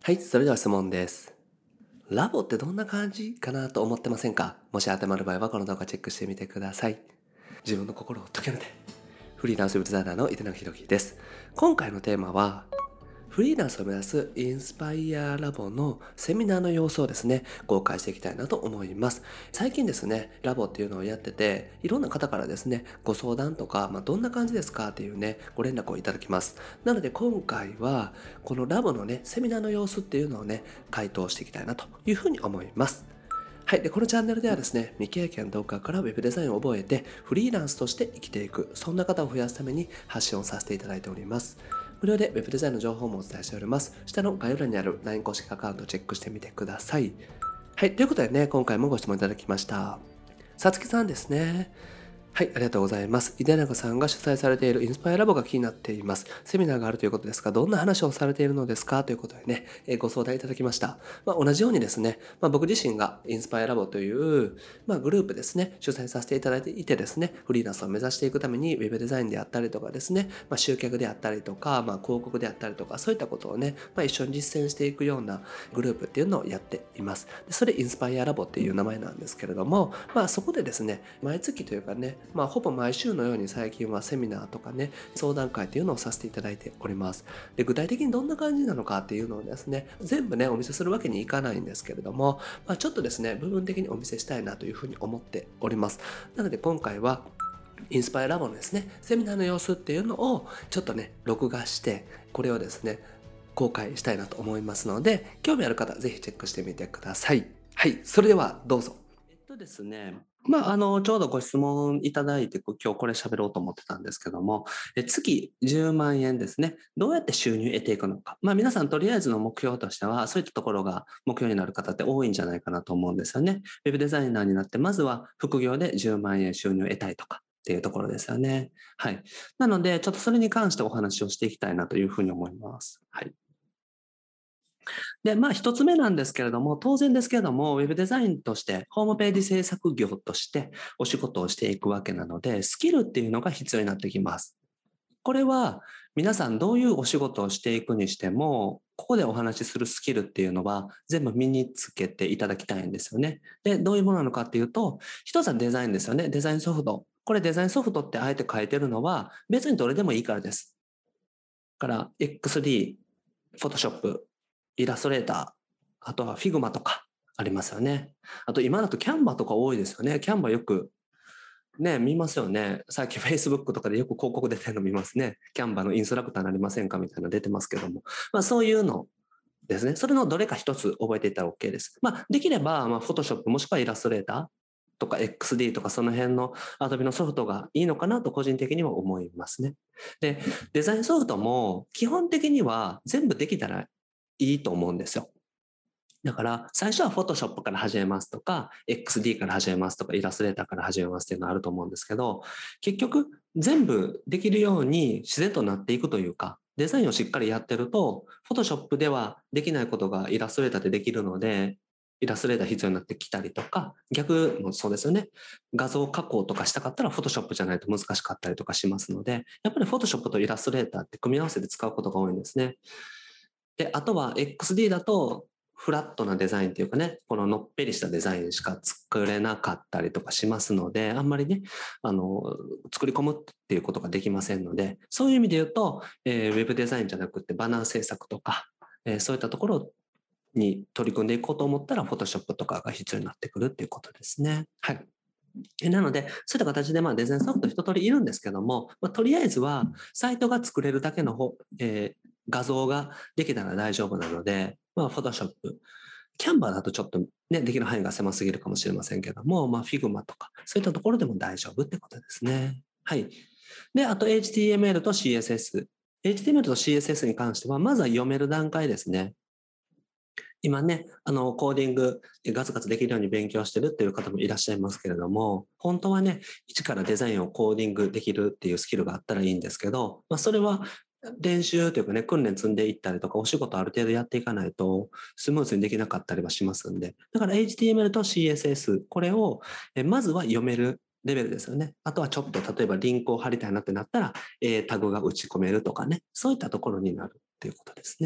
はい、それでは質問です。ラボってどんな感じかなと思ってませんか？もし当てはまる場合はこの動画チェックしてみてください。自分の心を解けるて。フリーランスウェブデザイナーの井手永宏樹です。今回のテーマは、フリーランスを目指すインスパイアラボのセミナーの様子をですね、公開していきたいなと思います。最近ですね、ラボっていうのをやってて、いろんな方からですね、ご相談とか、どんな感じですかっていうね、ご連絡をいただきます。なので今回は、このラボのね、セミナーの様子っていうのをね、回答していきたいなというふうに思います。はい。で、このチャンネルではですね、未経験動画から Web デザインを覚えて、フリーランスとして生きていく、そんな方を増やすために発信をさせていただいております。無料で Web デザインの情報もお伝えしております。下の概要欄にある LINE 公式アカウントをチェックしてみてください。はい。ということでね、今回もご質問いただきました。さつきさんですね。はい、ありがとうございます。井出永さんが主催されているインスパイアラボが気になっています。セミナーがあるということですが、どんな話をされているのですかということでね、ご相談いただきました。同じようにですね、僕自身がインスパイアラボという、グループですね、主催させていただいていてですね、フリーランスを目指していくために、ウェブデザインであったりとかですね、集客であったりとか、広告であったりとか、そういったことをね、一緒に実践していくようなグループっていうのをやっています。でそれインスパイアラボっていう名前なんですけれども、そこでですね、毎月というかね、ほぼ毎週のように最近はセミナーとかね、相談会っていうのをさせていただいております。で、具体的にどんな感じなのかっていうのをですね、全部ね、お見せするわけにいかないんですけれども、ちょっとですね、部分的にお見せしたいなというふうに思っております。なので今回は、インスパイアラボのですね、セミナーの様子っていうのをちょっとね、録画して、これをですね、公開したいなと思いますので、興味ある方、ぜひチェックしてみてください。はい、それではどうぞ。ですね、ちょうどご質問いただいて、今日これ喋ろうと思ってたんですけども、月10万円ですね。どうやって収入を得ていくのか。皆さんとりあえずの目標としては、そういったところが目標になる方って多いんじゃないかなと思うんですよね。ウェブデザイナーになって、まずは副業で10万円収入を得たいとかっていうところですよね。はい。なので、ちょっとそれに関してお話をしていきたいなというふうに思います。はい。で、一つ目なんですけれども、当然ですけれども、ウェブデザインとして、ホームページ制作業としてお仕事をしていくわけなので、スキルっていうのが必要になってきます。これは、皆さんどういうお仕事をしていくにしても、ここでお話しするスキルっていうのは全部身につけていただきたいんですよね。で、どういうものなのかっていうと、一つはデザインですよね。デザインソフト。これデザインソフトってあえて書いてるのは、別にどれでもいいからです。から、XD、Photoshop、イラストレーター、あとは Figma とかありますよね。あと今だと Canva とか多いですよね。Canva よくね、見ますよね。最近 Facebook とかでよく広告出てるの見ますね。Canva のインストラクターになりませんかみたいなの出てますけども。そういうのですね。それのどれか一つ覚えていったら OK です。できれば、Photoshop もしくはイラストレーターとか XD とかその辺の Adobe のソフトがいいのかなと個人的には思いますね。で、デザインソフトも基本的には全部できたらいいと思うんですよ。だから、最初は Photoshop から始めますとか、XD から始めますとか、イラストレーターから始めますっていうのはあると思うんですけど、結局、全部できるように自然となっていくというか、デザインをしっかりやってると、Photoshop ではできないことがイラストレーターでできるので、イラストレーター必要になってきたりとか、逆もそうですよね。画像加工とかしたかったら Photoshop じゃないと難しかったりとかしますので、やっぱり Photoshop とイラストレーターって組み合わせて使うことが多いんですね。で、あとは XD だと、フラットなデザインっていうかね、こののっぺりしたデザインしか作れなかったりとかしますので、あんまりね、作り込むっていうことができませんので、そういう意味で言うと、ウェブデザインじゃなくてバナー制作とか、そういったところに取り組んでいこうと思ったら、Photoshop とかが必要になってくるっていうことですね。はい。なので、そういった形でデザインソフト一通りいるんですけども、とりあえずはサイトが作れるだけの画像ができたら大丈夫なので、Photoshop、Canva だとちょっとね、できる範囲が狭すぎるかもしれませんけども、Figma とか、そういったところでも大丈夫ってことですね。はい。で、あと HTML と CSS。HTML と CSS に関しては、まずは読める段階ですね。今ね、コーディングガツガツできるように勉強してるっていう方もいらっしゃいますけれども、本当はね、一からデザインをコーディングできるっていうスキルがあったらいいんですけど、それは練習というかね、訓練積んでいったりとか、お仕事ある程度やっていかないと、スムーズにできなかったりはしますんで。だから HTML と CSS、これを、まずは読めるレベルですよね。あとはちょっと例えばリンクを貼りたいなってなったら、タグが打ち込めるとかね、そういったところになるっていうことですね。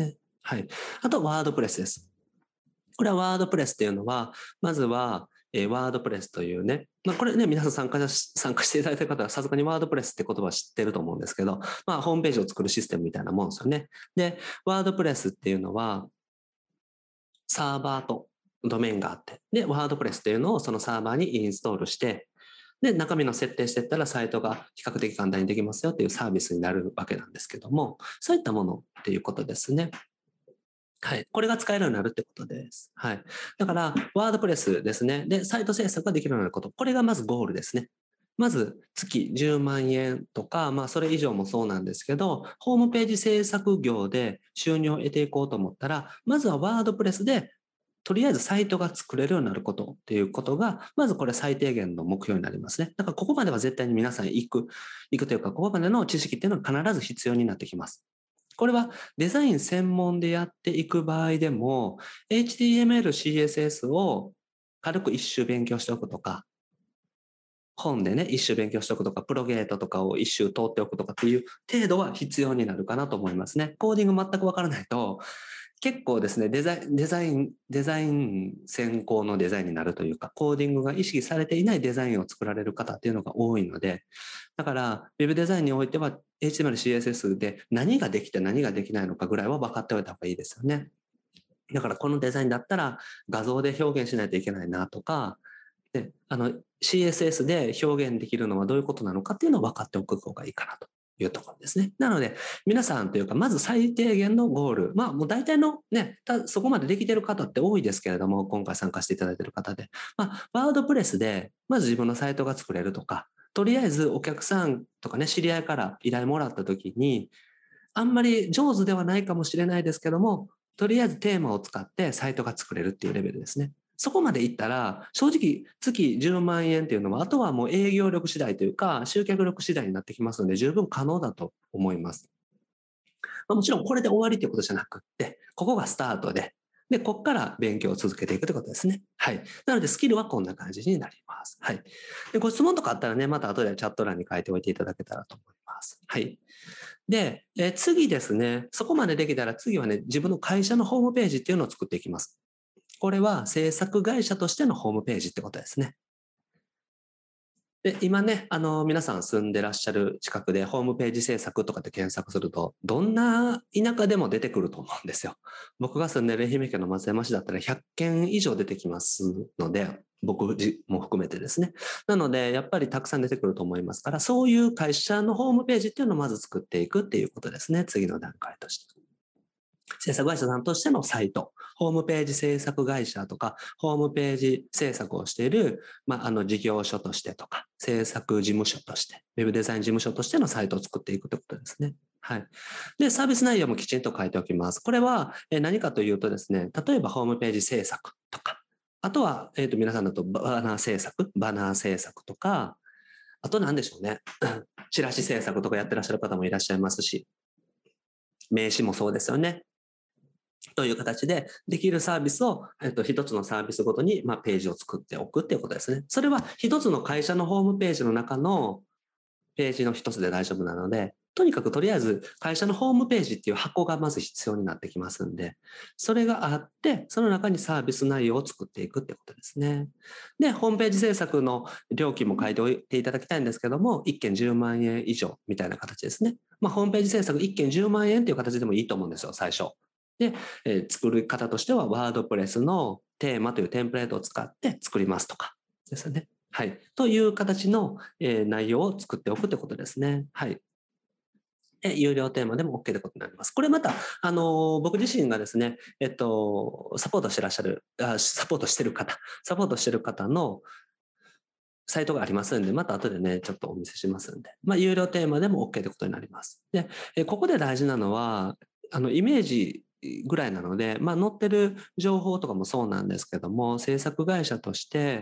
はい。あと、ワードプレスです。これはワードプレスっていうのは、まずは、ワードプレスというね、これね、皆さん参加していただいている方は、さすがにワードプレスって言葉は知ってると思うんですけど、ホームページを作るシステムみたいなもんですよね。で、ワードプレスっていうのは、サーバーとドメインがあって、で、ワードプレスっていうのをそのサーバーにインストールして、で、中身の設定していったらサイトが比較的簡単にできますよっていうサービスになるわけなんですけども、そういったものっていうことですね。はい。これが使えるようになるってことです。はい。だから、ワードプレスですね。で、サイト制作ができるようになること。これがまずゴールですね。まず、月10万円とか、それ以上もそうなんですけど、ホームページ制作業で収入を得ていこうと思ったら、まずはワードプレスで、とりあえずサイトが作れるようになることっていうことが、まずこれ最低限の目標になりますね。だからここまでは絶対に皆さん行くというか、ここまでの知識っていうのは必ず必要になってきます。これはデザイン専門でやっていく場合でも、HTML、CSS を軽く一周勉強しておくとか、本でね、一周勉強しておくとか、プロゲートとかを一周通っておくとかっていう程度は必要になるかなと思いますね。コーディング全くわからないと、結構ですね、デザイン先行のデザインになるというか、コーディングが意識されていないデザインを作られる方っていうのが多いので、だから、ウェブデザインにおいては HTML、CSS で何ができて何ができないのかぐらいは分かっておいた方がいいですよね。だからこのデザインだったら画像で表現しないといけないなとか、で、CSS で表現できるのはどういうことなのかっていうのを分かっておく方がいいかなというところですね。なので、皆さんというか、まず最低限のゴール。もう大体のね、そこまでできてる方って多いですけれども、今回参加していただいている方で。ワードプレスで、まず自分のサイトが作れるとか、とりあえずお客さんとかね、知り合いから依頼もらった時に、あんまり上手ではないかもしれないですけども、とりあえずテーマを使ってサイトが作れるっていうレベルですね。そこまでいったら、正直月10万円っていうのは、あとはもう営業力次第というか、集客力次第になってきますので、十分可能だと思います。もちろんこれで終わりということじゃなくって、ここがスタートで、で、ここから勉強を続けていくということですね。はい。なので、スキルはこんな感じになります。はい。で、ご質問とかあったらね、また後でチャット欄に書いておいていただけたらと思います。はい。で、次ですね、そこまでできたら次はね、自分の会社のホームページっていうのを作っていきます。これは制作会社としてのホームページってことですね。で、今ね、皆さん住んでらっしゃる近くでホームページ制作とかって検索すると、どんな田舎でも出てくると思うんですよ。僕が住んでる愛媛県の松山市だったら100件以上出てきますので、僕も含めてですね。なので、やっぱりたくさん出てくると思いますから、そういう会社のホームページっていうのをまず作っていくっていうことですね。次の段階として。制作会社さんとしてのサイト、ホームページ制作会社とか、ホームページ制作をしている、事業所としてとか、制作事務所として、ウェブデザイン事務所としてのサイトを作っていくということですね。はい。で、サービス内容もきちんと書いておきます。これは何かというとですね、例えばホームページ制作とか、あとは、皆さんだとバナー制作とか、あと何でしょうね。チラシ制作とかやってらっしゃる方もいらっしゃいますし、名刺もそうですよね。という形でできるサービスを、一つのサービスごとに、ページを作っておくっていうことですね。それは一つの会社のホームページの中のページの一つで大丈夫なので、とにかくとりあえず会社のホームページっていう箱がまず必要になってきますんで、それがあって、その中にサービス内容を作っていくってことですね。で、ホームページ制作の料金も書いておいていただきたいんですけども、1件10万円以上みたいな形ですね。ホームページ制作1件10万円っていう形でもいいと思うんですよ、最初。で、作る方としては、ワードプレスのテーマというテンプレートを使って作りますとかですね。はい。という形の、内容を作っておくということですね。はい。有料テーマでも OK ということになります。これまた、僕自身がですね、サポートしてらっしゃる、サポートしてる方のサイトがありますんで、また後でね、ちょっとお見せしますんで、有料テーマでも OK ということになります。で、ここで大事なのは、イメージぐらいなので、載ってる情報とかもそうなんですけども、制作会社として、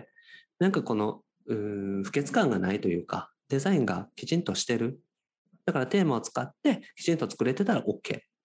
なんかこの、不潔感がないというか、デザインがきちんとしてる。だからテーマを使ってきちんと作れてたら OK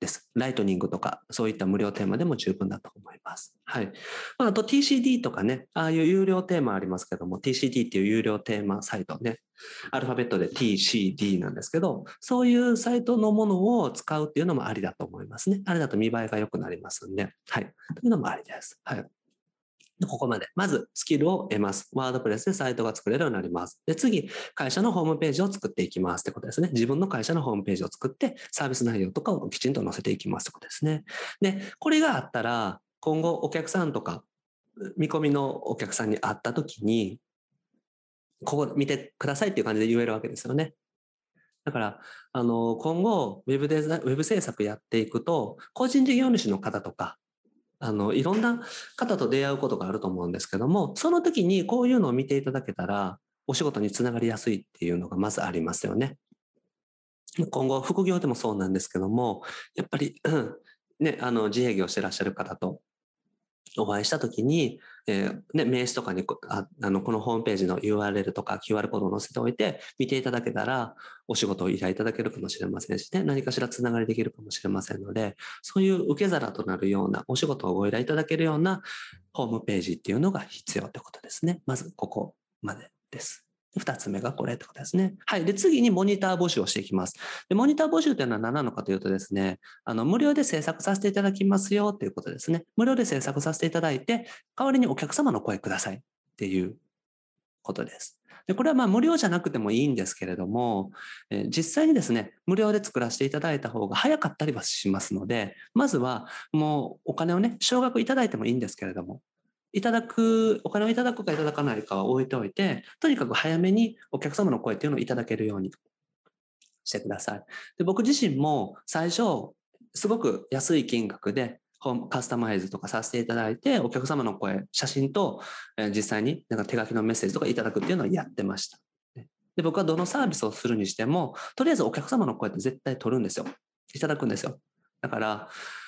です。ライトニングとか、そういった無料テーマでも十分だと思います。はい。あと TCD とかね、ああいう有料テーマありますけども、TCD っていう有料テーマサイトね、アルファベットで TCD なんですけど、そういうサイトのものを使うっていうのもありだと思いますね。あれだと見栄えが良くなりますんで、はい。というのもありです。はい。ここまで。まず、スキルを得ます。ワードプレスでサイトが作れるようになります。で、次、会社のホームページを作っていきますってことですね。自分の会社のホームページを作って、サービス内容とかをきちんと載せていきますってことですね。で、これがあったら、今後お客さんとか、見込みのお客さんに会った時に、ここ見てくださいっていう感じで言えるわけですよね。だから、今後、ウェブ制作やっていくと、個人事業主の方とか、いろんな方と出会うことがあると思うんですけども、その時にこういうのを見ていただけたら、お仕事につながりやすいっていうのがまずありますよね。今後、副業でもそうなんですけども、やっぱり、ね、自営業してらっしゃる方とお会いしたときに、ね、名刺とかにこのホームページの URL とか QR コードを載せておいて、見ていただけたら、お仕事を依頼いただけるかもしれませんしね、何かしらつながりできるかもしれませんので、そういう受け皿となるような、お仕事をご依頼いただけるようなホームページっていうのが必要ってことですね。まず、ここまでです。二つ目がこれってことですね。はい。で、次にモニター募集をしていきます。で、モニター募集というのは何なのかというとですね、無料で制作させていただきますよということですね。無料で制作させていただいて、代わりにお客様の声くださいっていうことです。で、これはまあ無料じゃなくてもいいんですけれども、実際にですね、無料で作らせていただいた方が早かったりはしますので、まずはもうお金をね、少額いただいてもいいんですけれども、お金をいただくかいただかないかは置いておいて、とにかく早めにお客様の声っていうのをいただけるようにしてください。で、僕自身も最初、すごく安い金額でカスタマイズとかさせていただいて、お客様の声、写真と、実際になんか手書きのメッセージとかいただくっていうのをやってました。で、僕はどのサービスをするにしても、とりあえずお客様の声って絶対取るんですよ。いただくんですよ。だから、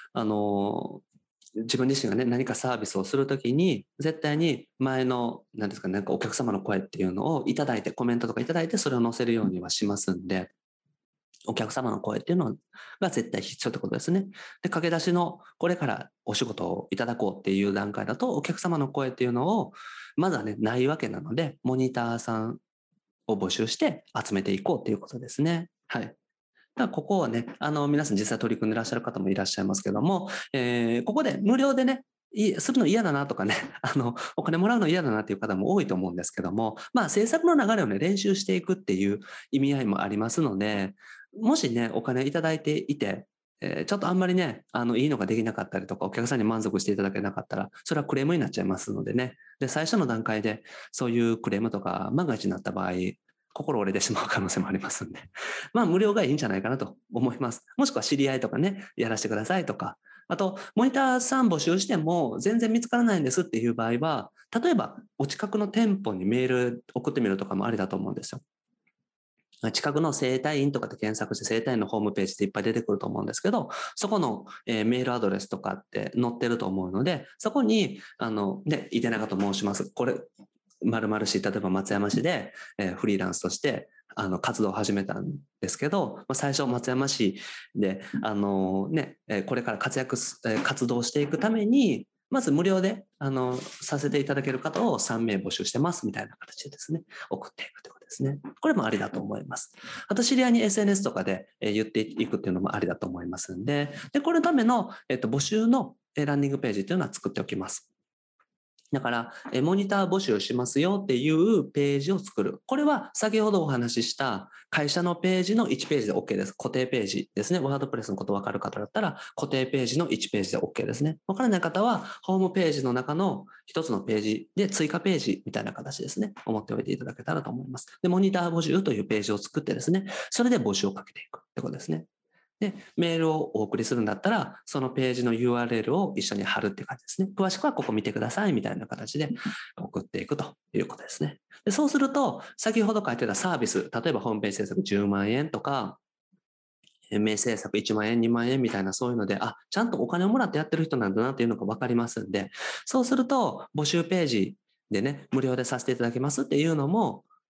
自分自身がね、何かサービスをするときに、絶対に前の、なんですかね、なんかお客様の声っていうのをいただいて、コメントとかいただいて、それを載せるようにはしますんで、お客様の声っていうのが絶対必要ってことですね。で、駆け出しのこれからお仕事をいただこうっていう段階だと、お客様の声っていうのを、まだね、ないわけなので、モニターさんを募集して集めていこうっていうことですね。はい。だからここはね、皆さん実際取り組んでいらっしゃる方もいらっしゃいますけども、ここで無料でね、するの嫌だなとかね、お金もらうの嫌だなっていう方も多いと思うんですけども、まあ制作の流れをね、練習していくっていう意味合いもありますので、もしね、お金いただいていて、ちょっとあんまりね、いいのができなかったりとか、お客さんに満足していただけなかったら、それはクレームになっちゃいますのでね。で、最初の段階で、そういうクレームとか、万が一になった場合、心折れてしまう可能性もありますんで。まあ、無料がいいんじゃないかなと思います。もしくは知り合いとかね、やらせてくださいとか。あと、モニターさん募集しても全然見つからないんですっていう場合は、例えば、お近くの店舗にメール送ってみるとかもありだと思うんですよ。近くの整体院とかで検索して整体院のホームページでいっぱい出てくると思うんですけど、そこの、メールアドレスとかって載ってると思うので、そこに、池永と申します。これ、〇〇市、例えば松山市で、フリーランスとして、活動を始めたんですけど、最初松山市で、これから活動していくために、まず無料で、させていただける方を3名募集してますみたいな形でですね、送っていくということですね。これもありだと思います。あと知り合いに SNS とかで言っていくっていうのもありだと思いますんで、これのための、募集のランディングページっていうのは作っておきます。だから、モニター募集しますよっていうページを作る。これは先ほどお話しした会社のページの1ページで OK です。固定ページですね。ワードプレスのこと分かる方だったら固定ページの1ページで OK ですね。分からない方はホームページの中の一つのページで追加ページみたいな形ですね。思っておいていただけたらと思います。で、モニター募集というページを作ってですね、それで募集をかけていくってことですね。で、メールをお送りするんだったら、そのページの URL を一緒に貼るっていう感じですね。詳しくはここ見てくださいみたいな形で送っていくということですね。で、そうすると、先ほど書いてたサービス、例えばホームページ制作10万円とか、名制作1万円、2万円みたいなそういうので、ちゃんとお金をもらってやってる人なんだなっていうのが分かりますんで、そうすると、募集ページでね、無料でさせていただきますっていうのも、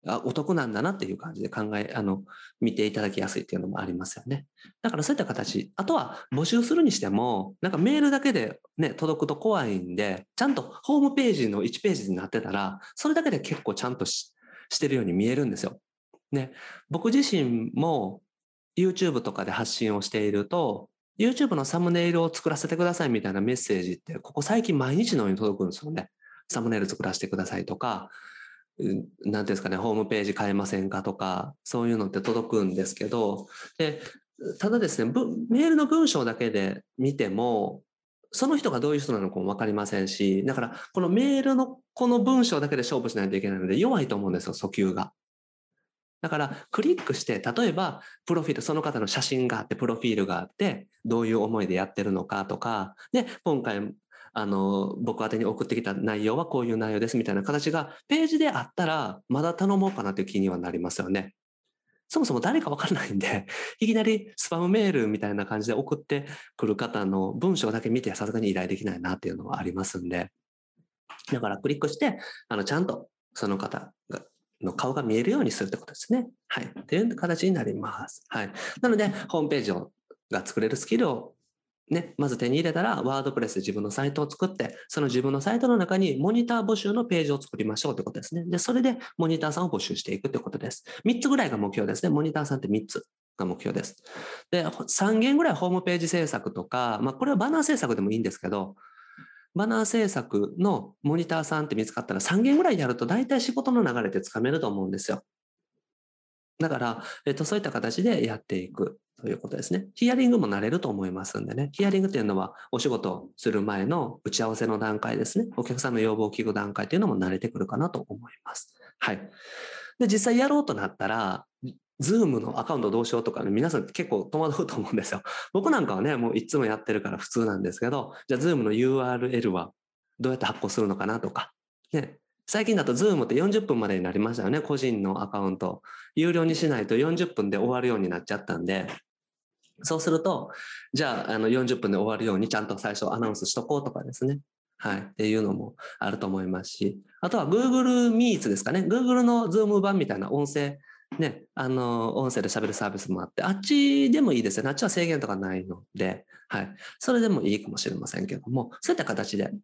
お得なんだなっていう感じで見ていただきやすいっていうのもありますよね。だからそういった形、あとは募集するにしても、なんかメールだけでね、届くと怖いんで、ちゃんとホームページの1ページになってたら、それだけで結構ちゃんとしてるように見えるんですよ。ね、僕自身も YouTube とかで発信をしていると、YouTube のサムネイルを作らせてくださいみたいなメッセージって、ここ最近毎日のように届くんですよね。サムネイル作らせてくださいとか、なんていうんですかね、ホームページ変えませんかとか、そういうのって届くんですけど、で、ただですね、メールの文章だけで見ても、その人がどういう人なのかもわかりませんし、だから、このメールのこの文章だけで勝負しないといけないので、弱いと思うんですよ、訴求が。だから、クリックして、例えば、プロフィール、その方の写真があって、プロフィールがあって、どういう思いでやってるのかとか、で、今回、僕宛てに送ってきた内容はこういう内容ですみたいな形がページであったら、まだ頼もうかなという気にはなりますよね。そもそも誰かわからないんで、いきなりスパムメールみたいな感じで送ってくる方の文章だけ見てさすがに依頼できないなっていうのはありますんで、だからクリックして、ちゃんとその方の顔が見えるようにするってことですね。はい。っていう形になります。はい。なので、ホームページが作れるスキルをね、まず手に入れたら、ワードプレスで自分のサイトを作って、その自分のサイトの中にモニター募集のページを作りましょうということですね。で、それでモニターさんを募集していくということです。3つぐらいが目標ですね。モニターさんって3つが目標です。で、3件ぐらいホームページ制作とか、これはバナー制作でもいいんですけど、バナー制作のモニターさんって見つかったら3件ぐらいやると大体仕事の流れってつかめると思うんですよ。だから、そういった形でやっていくということですね。ヒアリングも慣れると思いますんでね。ヒアリングっていうのはお仕事をする前の打ち合わせの段階ですね。お客さんの要望を聞く段階っていうのも慣れてくるかなと思います。はい。で、実際やろうとなったら、Zoom のアカウントどうしようとかね、皆さん結構戸惑うと思うんですよ。僕なんかはね、もういつもやってるから普通なんですけど、じゃあ Zoom の URL はどうやって発行するのかなとか、ね、最近だと Zoom って40分までになりましたよね、個人のアカウント。有料にしないと40分で終わるようになっちゃったんで、そうすると、じゃあ、40分で終わるようにちゃんと最初アナウンスしとこうとかですね。はい。っていうのもあると思いますし、あとは Google Meets ですかね。Google の Zoom 版みたいな音声、ね、音声で喋るサービスもあって、あっちでもいいですよね。あっちは制限とかないので、はい。それでもいいかもしれませんけども、そういった形で、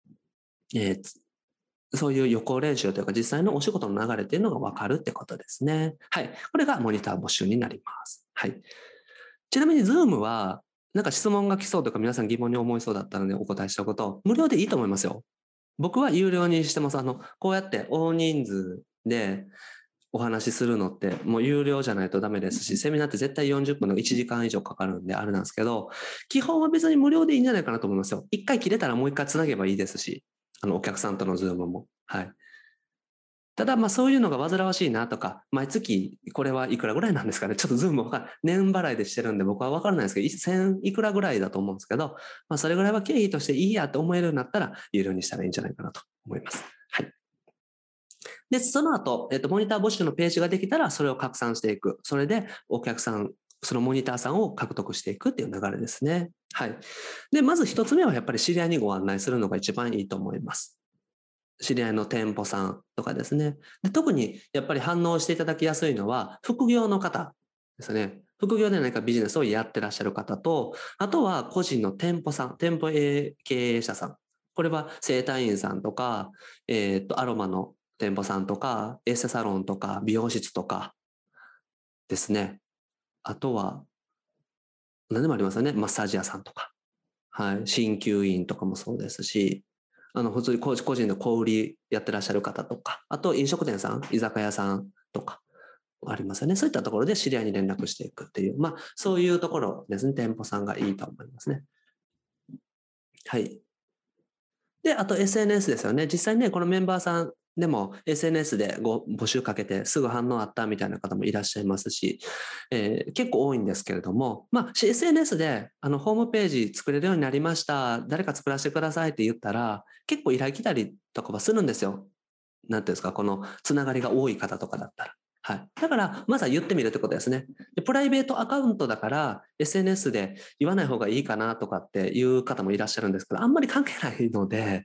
そういう予行練習というか実際のお仕事の流れっていうのが分かるってことですね。はい。これがモニター募集になります。はい。ちなみに Zoom は、なんか質問が来そうとか皆さん疑問に思いそうだったのでお答えしたこと、無料でいいと思いますよ。僕は有料にしてます。こうやって大人数でお話しするのってもう有料じゃないとダメですし、セミナーって絶対40分の1時間以上かかるんであれなんですけど、基本は別に無料でいいんじゃないかなと思いますよ。一回切れたらもう一回つなげばいいですし、お客さんとのズームも。はい。ただ、そういうのが煩わしいなとか、毎月これはいくらぐらいなんですかね。ちょっとズームは年払いでしてるんで僕は分からないですけど、1000いくらぐらいだと思うんですけど、それぐらいは経費としていいやと思えるようになったら、有料にしたらいいんじゃないかなと思います。はい。で、その後、モニター募集のページができたら、それを拡散していく。それで、お客さん、そのモニターさんを獲得していくっていう流れですね。はい。で、まず一つ目はやっぱり知り合いにご案内するのが一番いいと思います。知り合いの店舗さんとかですね。で、特にやっぱり反応していただきやすいのは、副業の方ですね。副業で何かビジネスをやってらっしゃる方と、あとは個人の店舗さん、店舗経営者さん。これは整体院さんとか、アロマの店舗さんとか、エステサロンとか、美容室とかですね。あとは、何でもありますよね。マッサージ屋さんとか。はい。鍼灸院とかもそうですし、普通に個人の小売りやってらっしゃる方とか、あと飲食店さん、居酒屋さんとか、ありますよね。そういったところで知り合いに連絡していくっていう、そういうところですね。店舗さんがいいと思いますね。はい。で、あと SNS ですよね。実際ね、このメンバーさんでも SNS で募集かけてすぐ反応あったみたいな方もいらっしゃいますし、結構多いんですけれども、SNS でホームページ作れるようになりました。誰か作らせてくださいって言ったら、結構依頼来たりとかはするんですよ。なんていうんですか、このつながりが多い方とかだったら。はい。だから、まずは言ってみるってことですね。で、プライベートアカウントだから、SNS で言わない方がいいかなとかっていう方もいらっしゃるんですけど、あんまり関係ないので、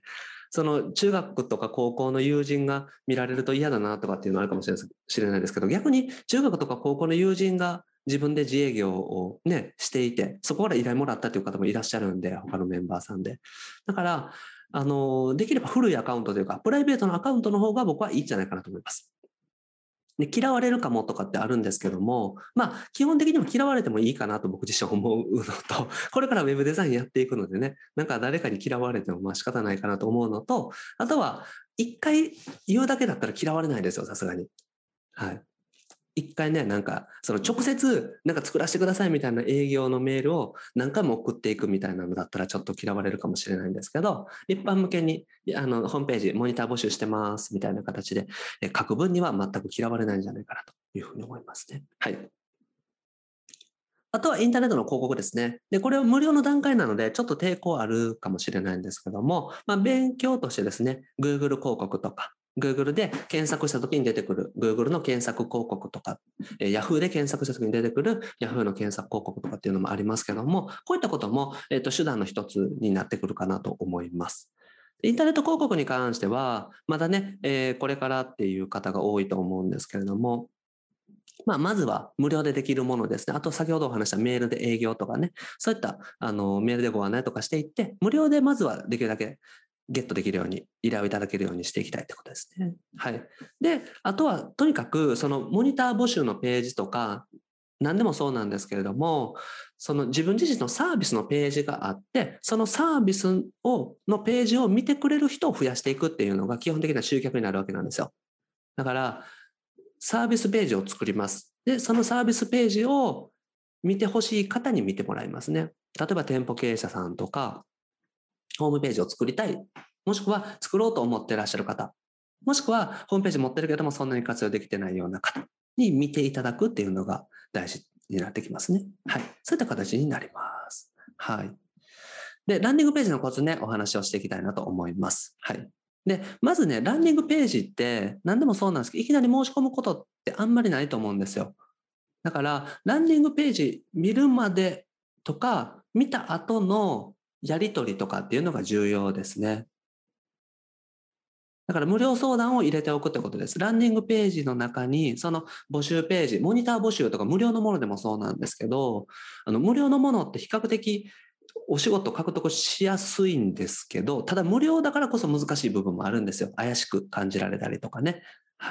その中学とか高校の友人が見られると嫌だなとかっていうのはあるかもしれないですけど、逆に中学とか高校の友人が自分で自営業をね、していて、そこから依頼もらったという方もいらっしゃるんで、他のメンバーさんで。だから、できれば古いアカウントというか、プライベートのアカウントの方が僕はいいんじゃないかなと思います。で、嫌われるかもとかってあるんですけども、まあ、基本的にも嫌われてもいいかなと僕自身は思うのと、これからウェブデザインやっていくのでね、なんか誰かに嫌われてもまあ仕方ないかなと思うのと、あとは、一回言うだけだったら嫌われないですよ、さすがに。はい。一回ね、なんか、その直接、なんか作らせてくださいみたいな営業のメールを何回も送っていくみたいなのだったらちょっと嫌われるかもしれないんですけど、一般向けに、ホームページ、モニター募集してますみたいな形で、書く分には全く嫌われないんじゃないかなというふうに思いますね。はい。あとはインターネットの広告ですね。で、これは無料の段階なので、ちょっと抵抗あるかもしれないんですけども、まあ、勉強としてですね、Google 広告とか、Google で検索した時に出てくる Google の検索広告とか、Yahoo で検索した時に出てくる Yahoo の検索広告とかっていうのもありますけども、こういったことも、手段の一つになってくるかなと思います。インターネット広告に関しては、まだね、これからっていう方が多いと思うんですけれども、まあ、まずは無料でできるものですね。あと先ほどお話したメールで営業とかね、そういったメールでご案内とかしていって、無料でまずはできるだけゲットできるように、依頼をいただけるようにしていきたいってことですね。はい。で、あとはとにかくそのモニター募集のページとか、何でもそうなんですけれども、その自分自身のサービスのページがあって、そのサービスのページを見てくれる人を増やしていくっていうのが基本的な集客になるわけなんですよ。だから、サービスページを作ります。で、そのサービスページを見てほしい方に見てもらいますね。例えば店舗経営者さんとか、ホームページを作りたい。もしくは作ろうと思っていらっしゃる方。もしくはホームページ持ってるけどもそんなに活用できてないような方に見ていただくっていうのが大事になってきますね。はい。そういった形になります。はい。で、ランディングページのコツね、お話をしていきたいなと思います。はい。で、まずね、ランディングページって何でもそうなんですけど、いきなり申し込むことってあんまりないと思うんですよ。だから、ランディングページ見るまでとか、見た後のやり取りとかっていうのが重要ですね。だから無料相談を入れておくってことです。ランディングページの中に、その募集ページ、モニター募集とか無料のものでもそうなんですけど、無料のものって比較的お仕事獲得しやすいんですけど、ただ無料だからこそ難しい部分もあるんですよ。怪しく感じられたりとかね。はい。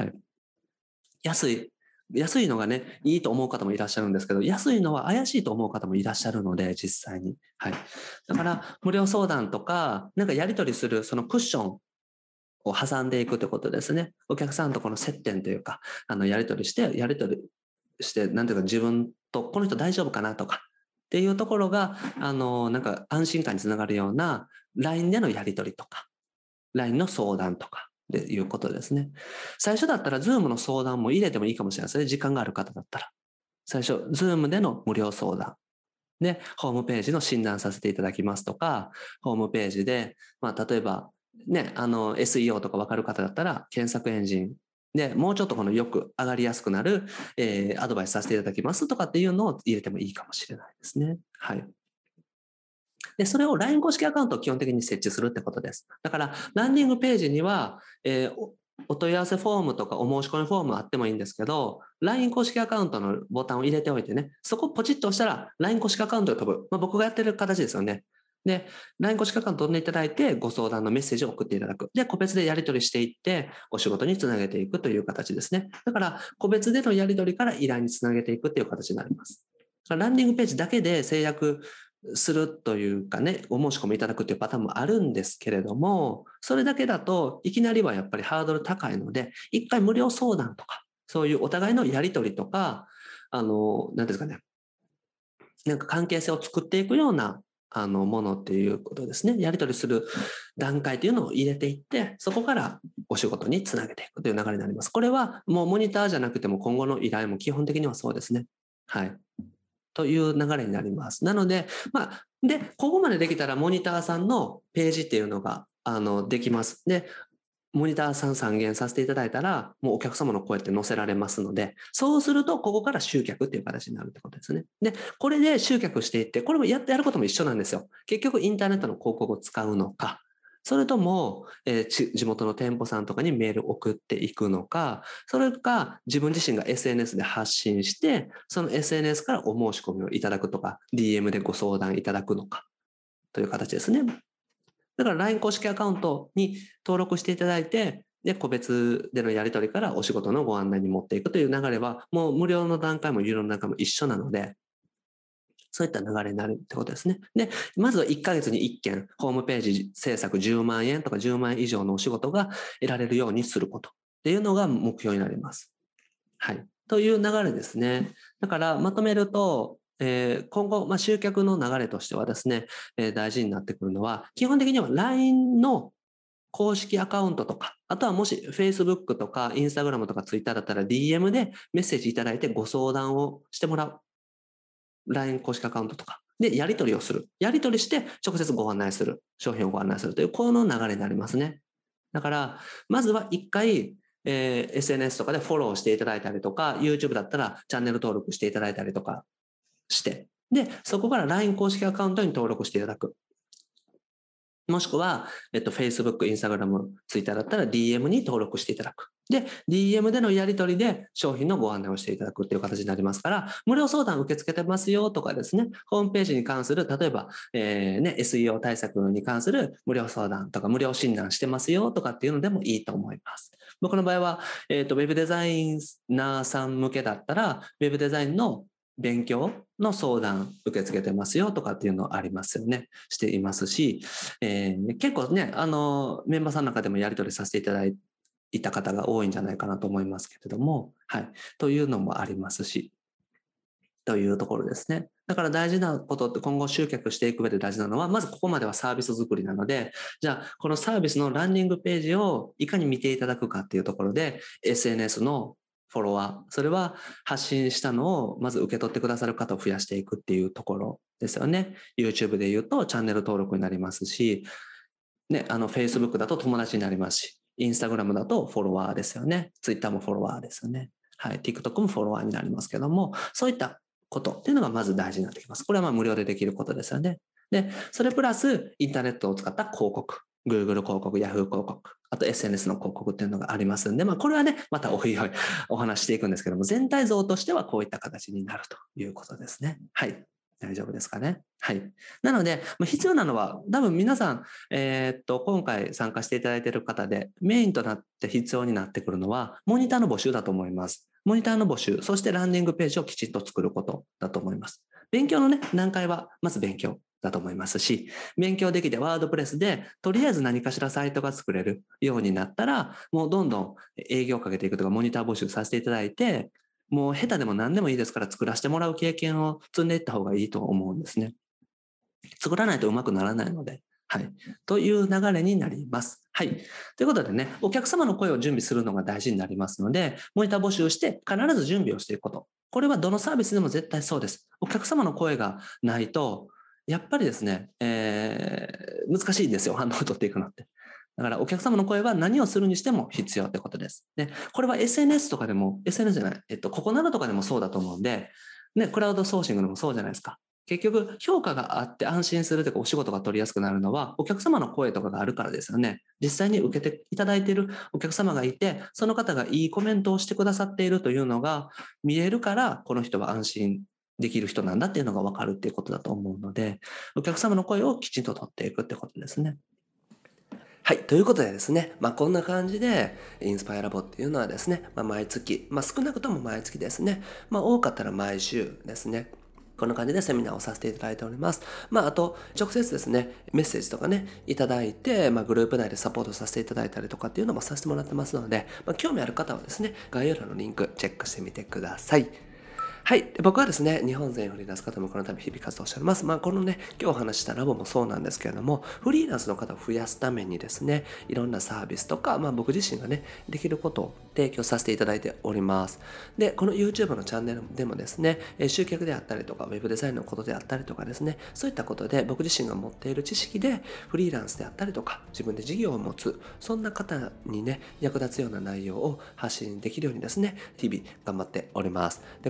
安いのがね、いいと思う方もいらっしゃるんですけど、安いのは怪しいと思う方もいらっしゃるので、実際に。はい。だから、無料相談とか、なんかやり取りする、そのクッションを挟んでいくってことですね。お客さんとこの接点というか、やり取りして、なんていうか自分とこの人大丈夫かなとか、っていうところが、なんか安心感につながるような LINE でのやり取りとか、LINE の相談とか、っていうことですね。最初だったら Zoom の相談も入れてもいいかもしれないですね。時間がある方だったら。最初、Zoom での無料相談。で、ホームページの診断させていただきますとか、ホームページで、まあ、例えば、ね、SEO とか分かる方だったら、検索エンジンでもうちょっとこのよく上がりやすくなる、アドバイスさせていただきますとかっていうのを入れてもいいかもしれないですね。はい。で、それを LINE 公式アカウントを基本的に設置するってことです。だから、ランディングページには、お問い合わせフォームとかお申し込みフォームあってもいいんですけど、LINE 公式アカウントのボタンを入れておいてね、そこをポチッと押したら LINE 公式アカウントが飛ぶ。まあ、僕がやってる形ですよね。で、LINE 公式アカウントを飛んでいただいて、ご相談のメッセージを送っていただく。で、個別でやり取りしていって、お仕事につなげていくという形ですね。だから、個別でのやり取りから依頼につなげていくという形になります。ランディングページだけで制約するというかね、お申し込みいただくというパターンもあるんですけれども、それだけだといきなりはやっぱりハードル高いので、一回無料相談とか、そういうお互いのやり取りとか、何ですかね、なんか関係性を作っていくようなものっていうことですね。やり取りする段階というのを入れていって、そこからお仕事につなげていくという流れになります。これはもうモニターじゃなくても今後の依頼も基本的にはそうですね。はい。という流れになります。なので、まあ、で、ここまでできたらモニターさんのページっていうのが、できます。で、モニターさん3件させていただいたら、もうお客様の声って載せられますので、そうすると、ここから集客っていう形になるってことですね。で、これで集客していって、これもやることも一緒なんですよ。結局、インターネットの広告を使うのか、 それとも、地元の店舗さんとかにメール送っていくのか、それか自分自身が SNS で発信して、その SNS からお申し込みをいただくとか、DM でご相談いただくのかという形ですね。だから LINE 公式アカウントに登録していただいて、で、個別でのやり取りからお仕事のご案内に持っていくという流れは、もう無料の段階も有料の段階も一緒なので、そういった流れになるってことですね。で、まずは1ヶ月に1件、ホームページ制作10万円とか10万円以上のお仕事が得られるようにすることっていうのが目標になります。はい。という流れですね。だからまとめると、今後、集客の流れとしてはですね、大事になってくるのは、基本的には LINE の公式アカウントとか、あとはもし Facebook とか Instagram とか Twitter だったら DM でメッセージいただいてご相談をしてもらう。LINE 公式アカウントとかでやり取りをする。やり取りして直接ご案内する。商品をご案内するという、この流れになりますね。だから、まずは一回、SNS とかでフォローしていただいたりとか、YouTube だったらチャンネル登録していただいたりとかして、で、そこから LINE 公式アカウントに登録していただく。もしくは、Facebook、Instagram、Twitter だったら DM に登録していただく。で、DM でのやり取りで商品のご案内をしていただくっていう形になりますから、無料相談受け付けてますよとかですね、ホームページに関する、例えば、SEO 対策に関する無料相談とか無料診断してますよとかっていうのでもいいと思います。僕の場合は、ウェブデザイナーさん向けだったら、ウェブデザインの勉強の相談受け付けてますよとかっていうのありますよね。していますし、結構ね、メンバーさんの中でもやり取りさせていただいた方が多いんじゃないかなと思いますけれども、はい。というのもありますし、というところですね。だから大事なことって今後集客していく上で大事なのは、まずここまではサービス作りなので、じゃあこのサービスのランディングページをいかに見ていただくかっていうところで、SNS のフォロワー、それは発信したのをまず受け取ってくださる方を増やしていくっていうところですよね。YouTube で言うとチャンネル登録になりますし、ね、Facebook だと友達になりますし、Instagram だとフォロワーですよね。Twitter もフォロワーですよね。はい。TikTok もフォロワーになりますけども、そういったことっていうのがまず大事になってきます。これは無料でできることですよね。で、それプラスインターネットを使った広告。Google 広告、Yahoo 広告、あと SNS の広告っていうのがありますんで、これはね、またおいおいお話していくんですけども、全体像としてはこういった形になるということですね。はい。大丈夫ですかね。はい。なので、必要なのは、多分皆さん、今回参加していただいている方で、メインとなって必要になってくるのは、モニターの募集だと思います。モニターの募集、そしてランディングページをきちっと作ることだと思います。勉強のね、段階は、まず勉強だと思いますし、勉強できてワードプレスで、とりあえず何かしらサイトが作れるようになったら、もうどんどん営業をかけていくとか、モニター募集させていただいて、もう下手でも何でもいいですから作らせてもらう経験を積んでいった方がいいと思うんですね。作らないとうまくならないので。はい。という流れになります。はい。ということでね、お客様の声を準備するのが大事になりますので、モニター募集して必ず準備をしていくこと。これはどのサービスでも絶対そうです。お客様の声がないと、やっぱりですね、難しいんですよ。反応を取っていくのって。だからお客様の声は何をするにしても必要ってことです。で、これは SNS とかでも、SNS じゃない、ここなどとかでもそうだと思うんで、ね、クラウドソーシングでもそうじゃないですか。結局、評価があって安心するというか、お仕事が取りやすくなるのは、お客様の声とかがあるからですよね。実際に受けていただいているお客様がいて、その方がいいコメントをしてくださっているというのが見えるから、この人は安心できる人なんだっていうのが分かるっていうことだと思うので、お客様の声をきちんと取っていくってことですね。 はい。ということでですね、こんな感じで、インスパイラボっていうのはですね、毎月、少なくとも毎月ですね、多かったら毎週ですね、こんな感じでセミナーをさせていただいております。あと、直接ですね、メッセージとかね、いただいて、グループ内でサポートさせていただいたりとかっていうのもさせてもらってますので、興味ある方はですね、概要欄のリンクチェックしてみてください。はい。僕はですね、日本全フリーランス方もこの度日々活動しております。このね、今日お話したラボもそうなんですけれども、フリーランスの方を増やすためにですね、いろんなサービスとか、僕自身がね、できることを提供させていただいております。で、この YouTube のチャンネルでもですね、集客であったりとか、ウェブデザインのことであったりとかですね、そういったことで僕自身が持っている知識で、フリーランスであったりとか、自分で事業を持つ、そんな方にね、役立つような内容を発信できるようにですね、日々頑張っております。で、これまで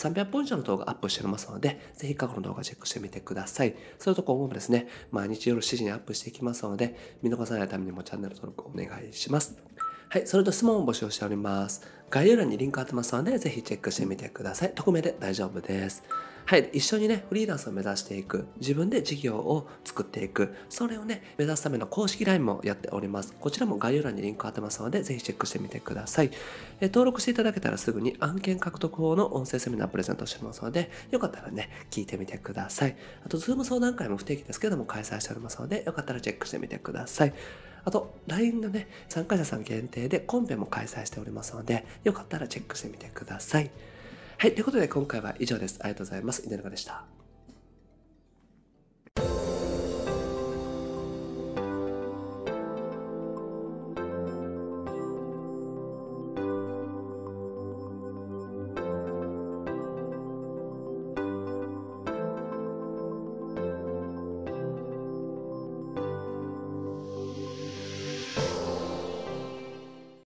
300本以上の動画アップしておりますので、ぜひ過去の動画チェックしてみてください。それと今後もですね、毎日夜7時にアップしていきますので、見逃さないためにもチャンネル登録お願いします。はい、それと質問を募集しております。概要欄にリンク貼ってますので、ぜひチェックしてみてください。匿名で大丈夫です。はい、一緒にね、フリーランスを目指していく、自分で事業を作っていく、それをね、目指すための公式 LINE もやっております。こちらも概要欄にリンク貼ってますので、ぜひチェックしてみてください。登録していただけたらすぐに案件獲得法の音声セミナープレゼントしてますので、よかったらね、聞いてみてください。あと、Zoom 相談会も不定期ですけども開催しておりますので、よかったらチェックしてみてください。あと、LINE のね、参加者さん限定でコンペも開催しておりますので、よかったらチェックしてみてください。はい、ということで今回は以上です。ありがとうございます。井出中でした。